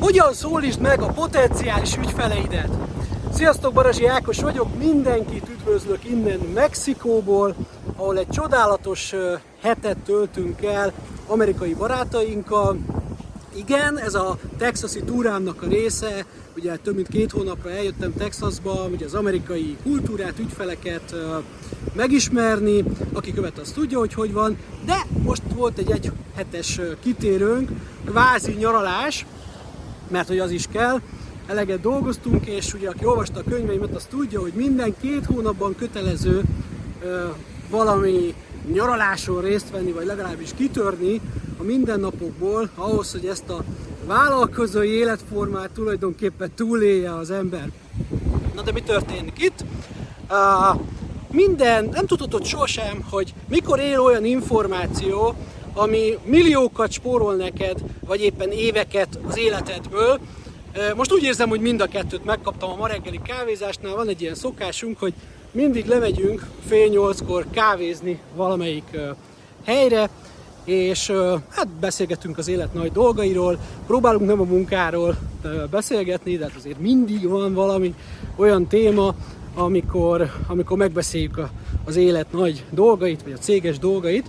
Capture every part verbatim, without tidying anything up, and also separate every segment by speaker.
Speaker 1: Hogyan szólítsd meg a potenciális ügyfeleidet? Sziasztok, Barazsi Ákos vagyok, mindenkit üdvözlök innen Mexikóból, ahol egy csodálatos hetet töltünk el amerikai barátainkkal. Igen, ez a texasi túrámnak a része, ugye több mint két hónapra eljöttem Texasba, ugye az amerikai kultúrát, ügyfeleket megismerni, aki követ, az tudja, hogy hogy van, de most volt egy egy hetes kitérőnk, kvázi nyaralás, mert hogy az is kell, eleget dolgoztunk, és ugye aki olvasta a könyveimet, az tudja, hogy minden két hónapban kötelező ö, valami nyaraláson részt venni, vagy legalábbis kitörni a mindennapokból, ahhoz, hogy ezt a vállalkozói életformát tulajdonképpen túlélje az ember. Na de mi történik itt? Uh, minden, nem tudhatod sosem, hogy mikor él olyan információ, ami milliókat spórol neked, vagy éppen éveket az életedből. Most úgy érzem, hogy mind a kettőt megkaptam a ma reggeli kávézásnál. Van egy ilyen szokásunk, hogy mindig lemegyünk fél nyolckor kávézni valamelyik helyre, és hát beszélgetünk az élet nagy dolgairól, próbálunk nem a munkáról beszélgetni, de hát azért mindig van valami olyan téma, amikor, amikor megbeszéljük a, az élet nagy dolgait, vagy a céges dolgait.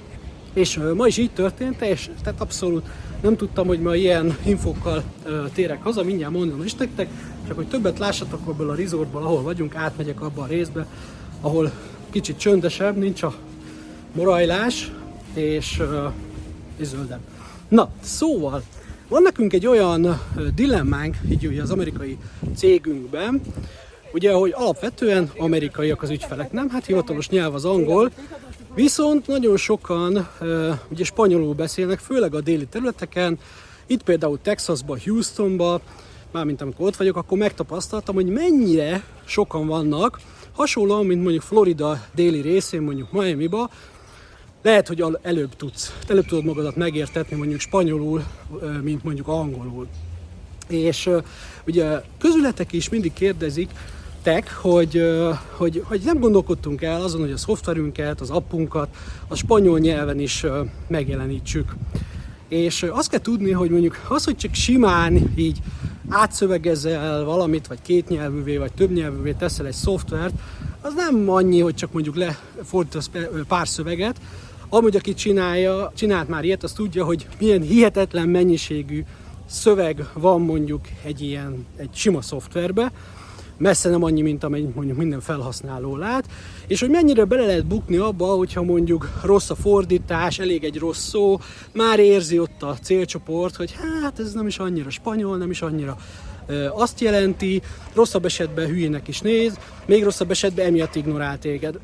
Speaker 1: És ma is így történt, és tehát abszolút nem tudtam, hogy ma ilyen infókkal uh, térek haza, mindjárt mondom is nektek, csak hogy többet lássatok ebből a resortból, ahol vagyunk, átmegyek abba a részbe, ahol kicsit csöndesebb, nincs a morajlás, és, uh, és zöldebb. Na, szóval, van nekünk egy olyan uh, dilemmánk, így ugye az amerikai cégünkben, ugye, hogy alapvetően amerikaiak az ügyfelek, nem? Hát hivatalos nyelv az angol, viszont nagyon sokan uh, ugye spanyolul beszélnek, főleg a déli területeken. Itt például Texasban, Houstonban, mármint amikor ott vagyok, akkor megtapasztaltam, hogy mennyire sokan vannak, hasonlóan, mint mondjuk Florida déli részén, mondjuk Miamiba. Lehet, hogy előbb tudsz, előbb tudod magadat megértetni mondjuk spanyolul, mint mondjuk angolul. És uh, ugye közületek is mindig kérdezik, Tek, hogy, hogy, hogy nem gondolkodtunk el azon, hogy a szoftverünket, az appunkat a spanyol nyelven is megjelenítsük. És azt kell tudni, hogy mondjuk az, hogy csak simán így átszövegezel valamit, vagy kétnyelvűvé, vagy többnyelvűvé teszel egy szoftvert, az nem annyi, hogy csak mondjuk lefordítasz pár szöveget. Amúgy aki csinálja, csinált már ilyet, az tudja, hogy milyen hihetetlen mennyiségű szöveg van mondjuk egy ilyen, egy sima szoftverbe. Messze nem annyi, mint amennyit mondjuk minden felhasználó lát, és hogy mennyire bele lehet bukni abba, hogyha mondjuk rossz a fordítás, elég egy rossz szó, már érzi ott a célcsoport, hogy hát ez nem is annyira spanyol, nem is annyira ö, azt jelenti, rosszabb esetben hülyének is néz, még rosszabb esetben emiatt ignorál téged.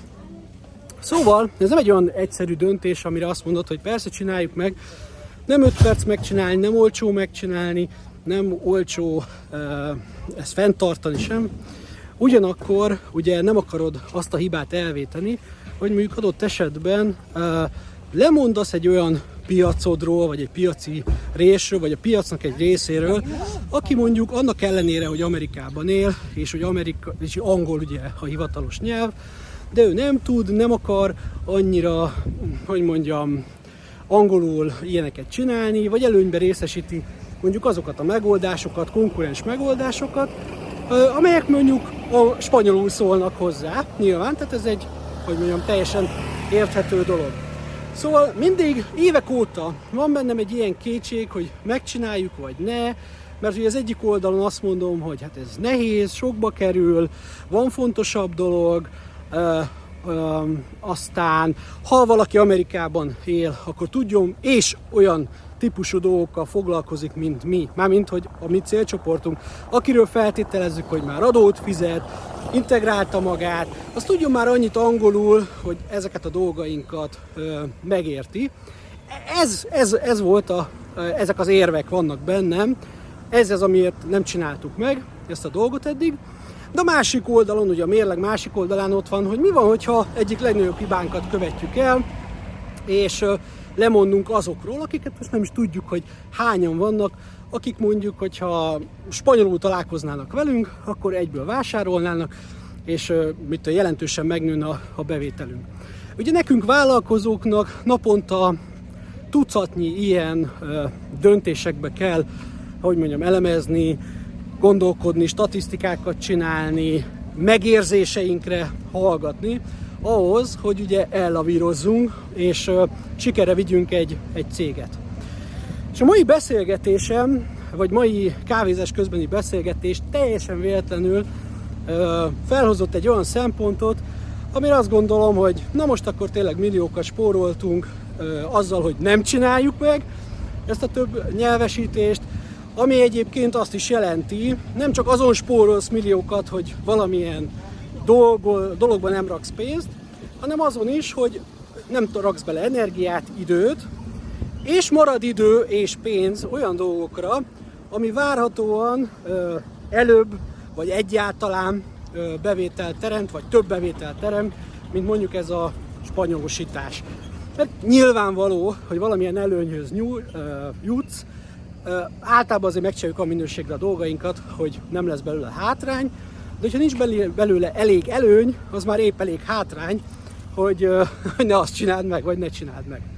Speaker 1: Szóval ez nem egy olyan egyszerű döntés, amire azt mondod, hogy persze csináljuk meg, nem öt perc megcsinálni, nem olcsó megcsinálni, nem olcsó uh, ezt fenntartani sem. Ugyanakkor ugye nem akarod azt a hibát elvéteni, hogy mondjuk adott esetben uh, lemondasz egy olyan piacodról, vagy egy piaci részről, vagy a piacnak egy részéről, aki mondjuk annak ellenére, hogy Amerikában él, és hogy Amerika, és angol ugye a hivatalos nyelv, de ő nem tud, nem akar annyira, hogy mondjam, angolul ilyeneket csinálni, vagy előnyben részesíti mondjuk azokat a megoldásokat, konkurens megoldásokat, amelyek mondjuk a spanyolul szólnak hozzá, nyilván, tehát ez egy, hogy mondjam, teljesen érthető dolog. Szóval mindig évek óta van bennem egy ilyen kétség, hogy megcsináljuk vagy ne, mert ugye az egyik oldalon azt mondom, hogy hát ez nehéz, sokba kerül, van fontosabb dolog, ö, ö, aztán ha valaki Amerikában él, akkor tudjon, és olyan típusú dolgokkal foglalkozik, mint mi. Mármint, hogy a mi célcsoportunk, akiről feltételezzük, hogy már adót fizet, integrálta magát, az tudjon már annyit angolul, hogy ezeket a dolgainkat ö, megérti. Ez, ez, ez volt a, ezek az érvek vannak bennem, ez az, amiért nem csináltuk meg ezt a dolgot eddig. De a másik oldalon, ugye a mérleg másik oldalán ott van, hogy mi van, hogyha egyik legnagyobb hibánkat követjük el, és lemondunk azokról, akiket most nem is tudjuk, hogy hányan vannak, akik mondjuk, hogyha spanyolul találkoznának velünk, akkor egyből vásárolnának, és mit jelentősen megnőne a, a bevételünk. Ugye nekünk vállalkozóknak naponta tucatnyi ilyen ö, döntésekbe kell, hogy mondjam, elemezni, gondolkodni, statisztikákat csinálni, megérzéseinkre hallgatni, ahhoz, hogy ugye ellavírozzunk, és uh, sikerre vigyünk egy, egy céget. És a mai beszélgetésem, vagy mai kávézás közbeni beszélgetés teljesen véletlenül uh, felhozott egy olyan szempontot, amire azt gondolom, hogy na most akkor tényleg milliókat spóroltunk uh, azzal, hogy nem csináljuk meg ezt a több nyelvesítést, ami egyébként azt is jelenti, nem csak azon spórolsz milliókat, hogy valamilyen dolog, dologban nem raksz pénzt, hanem azon is, hogy nem raksz bele energiát, időt, és marad idő és pénz olyan dolgokra, ami várhatóan ö, előbb, vagy egyáltalán ö, bevételt teremt, vagy több bevételt teremt, mint mondjuk ez a spanyolosítás. Mert nyilvánvaló, hogy valamilyen előnyhöz nyúl, ö, jutsz, ö, általában azért megcsináljuk a minőségre a dolgainkat, hogy nem lesz belőle hátrány, de ha nincs belőle elég előny, az már épp elég hátrány, hogy, ö, hogy ne azt csináld meg, vagy ne csináld meg.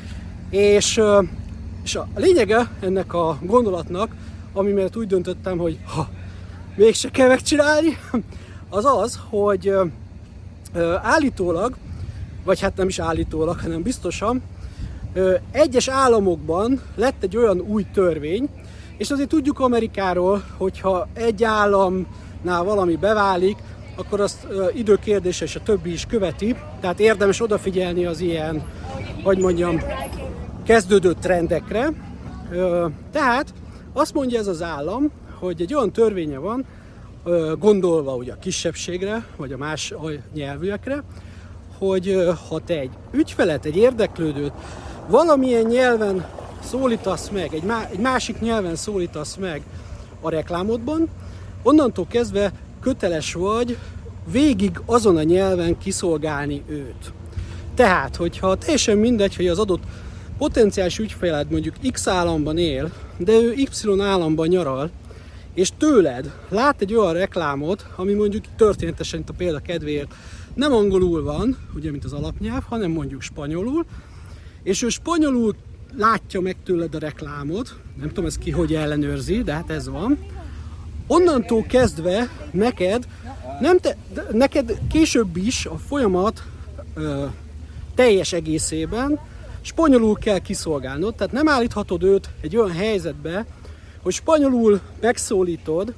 Speaker 1: És, ö, és a lényege ennek a gondolatnak, ami miatt úgy döntöttem, hogy ha mégse kell megcsinálni, az az, hogy ö, ö, állítólag, vagy hát nem is állítólag, hanem biztosan, ö, egyes államokban lett egy olyan új törvény, és azért tudjuk Amerikáról, hogyha egy államnál valami beválik, akkor azt ö, időkérdése, és a többi is követi, tehát érdemes odafigyelni az ilyen, hogy mondjam, kezdődő trendekre. Ö, tehát azt mondja ez az állam, hogy egy olyan törvénye van, ö, gondolva ugye a kisebbségre, vagy a más nyelvűekre, hogy ö, ha te egy ügyfelet, egy érdeklődőt valamilyen nyelven szólítasz meg, egy, má, egy másik nyelven szólítasz meg a reklámodban, onnantól kezdve köteles vagy végig azon a nyelven kiszolgálni őt. Tehát, hogyha teljesen mindegy, hogy az adott potenciális ügyfeled mondjuk X államban él, de ő Y államban nyaral, és tőled lát egy olyan reklámot, ami mondjuk történetesen itt a példa kedvéért nem angolul van, ugye mint az alapnyelv, hanem mondjuk spanyolul, és ő spanyolul látja meg tőled a reklámot, nem tudom ez ki hogy ellenőrzi, de hát ez van, onnantól kezdve neked, nem te, neked később is a folyamat ö, teljes egészében spanyolul kell kiszolgálnod, tehát nem állíthatod őt egy olyan helyzetbe, hogy spanyolul megszólítod,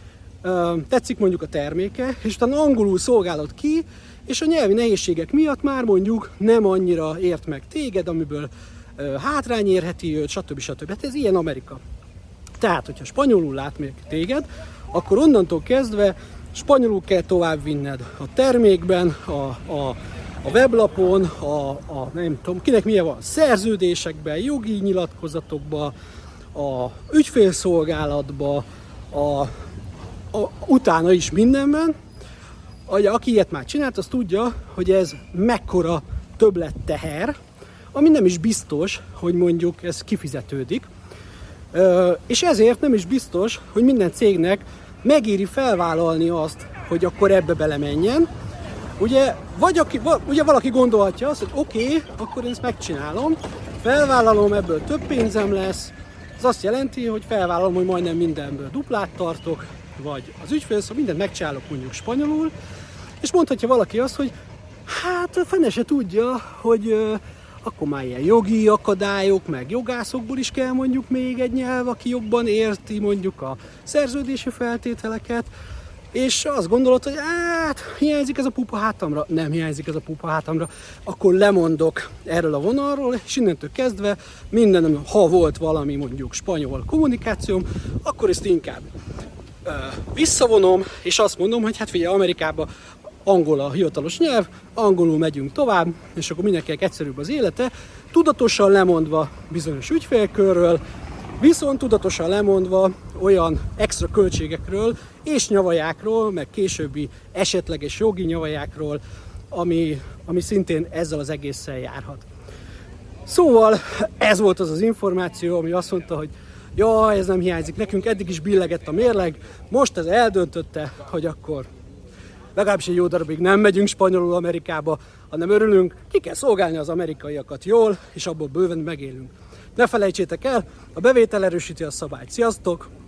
Speaker 1: ö, tetszik mondjuk a terméke, és utána angolul szolgálod ki, és a nyelvi nehézségek miatt már mondjuk nem annyira ért meg téged, amiből ö, hátrány érheti őt, stb. stb. Hát ez ilyen Amerika. Tehát, hogyha spanyolul lát még téged, akkor onnantól kezdve spanyolul kell továbbvinned a termékben, a, a, a weblapon, a, a nem tudom, kinek milyen van, szerződésekben, jogi nyilatkozatokban, a ügyfélszolgálatban, a, a, utána is mindenben. Aki ilyet már csinált, az tudja, hogy ez mekkora többlet teher, ami nem is biztos, hogy mondjuk ez kifizetődik. És ezért nem is biztos, hogy minden cégnek megéri felvállalni azt, hogy akkor ebbe belemenjen. Ugye, vagy aki, ugye valaki gondolhatja azt, hogy oké, okay, akkor én ezt megcsinálom, felvállalom, ebből több pénzem lesz. Ez azt jelenti, hogy felvállalom, hogy majdnem mindenből duplát tartok, vagy az ügyfélszó, mindent megcsinálok mondjuk spanyolul, és mondhatja valaki azt, hogy hát a fene se tudja, hogy uh, akkor már ilyen jogi akadályok, meg jogászokból is kell mondjuk még egy nyelv, aki jobban érti mondjuk a szerződési feltételeket, és azt gondolod, hogy hát hiányzik ez a pupa hátamra, nem hiányzik ez a pupa hátamra, akkor lemondok erről a vonalról, és innentől kezdve minden, ha volt valami mondjuk spanyol kommunikációm, akkor ezt inkább uh, visszavonom, és azt mondom, hogy hát figyelj, Amerikában angol a hivatalos nyelv, angolul megyünk tovább, és akkor mindenkinek egyszerűbb az élete, tudatosan lemondva bizonyos ügyfélkörről, viszont tudatosan lemondva olyan extra költségekről és nyavajákról, meg későbbi esetleges jogi nyavajákról, ami, ami szintén ezzel az egésszel járhat. Szóval ez volt az az információ, ami azt mondta, hogy jaj, ez nem hiányzik nekünk, eddig is billegett a mérleg, most ez eldöntötte, hogy akkor legalábbis egy jó darabig nem megyünk spanyolul Amerikába, hanem örülünk, ki kell szolgálni az amerikaiakat jól, és abból bőven megélünk. Ne felejtsétek el, a bevétel erősíti a szabályt. Sziasztok!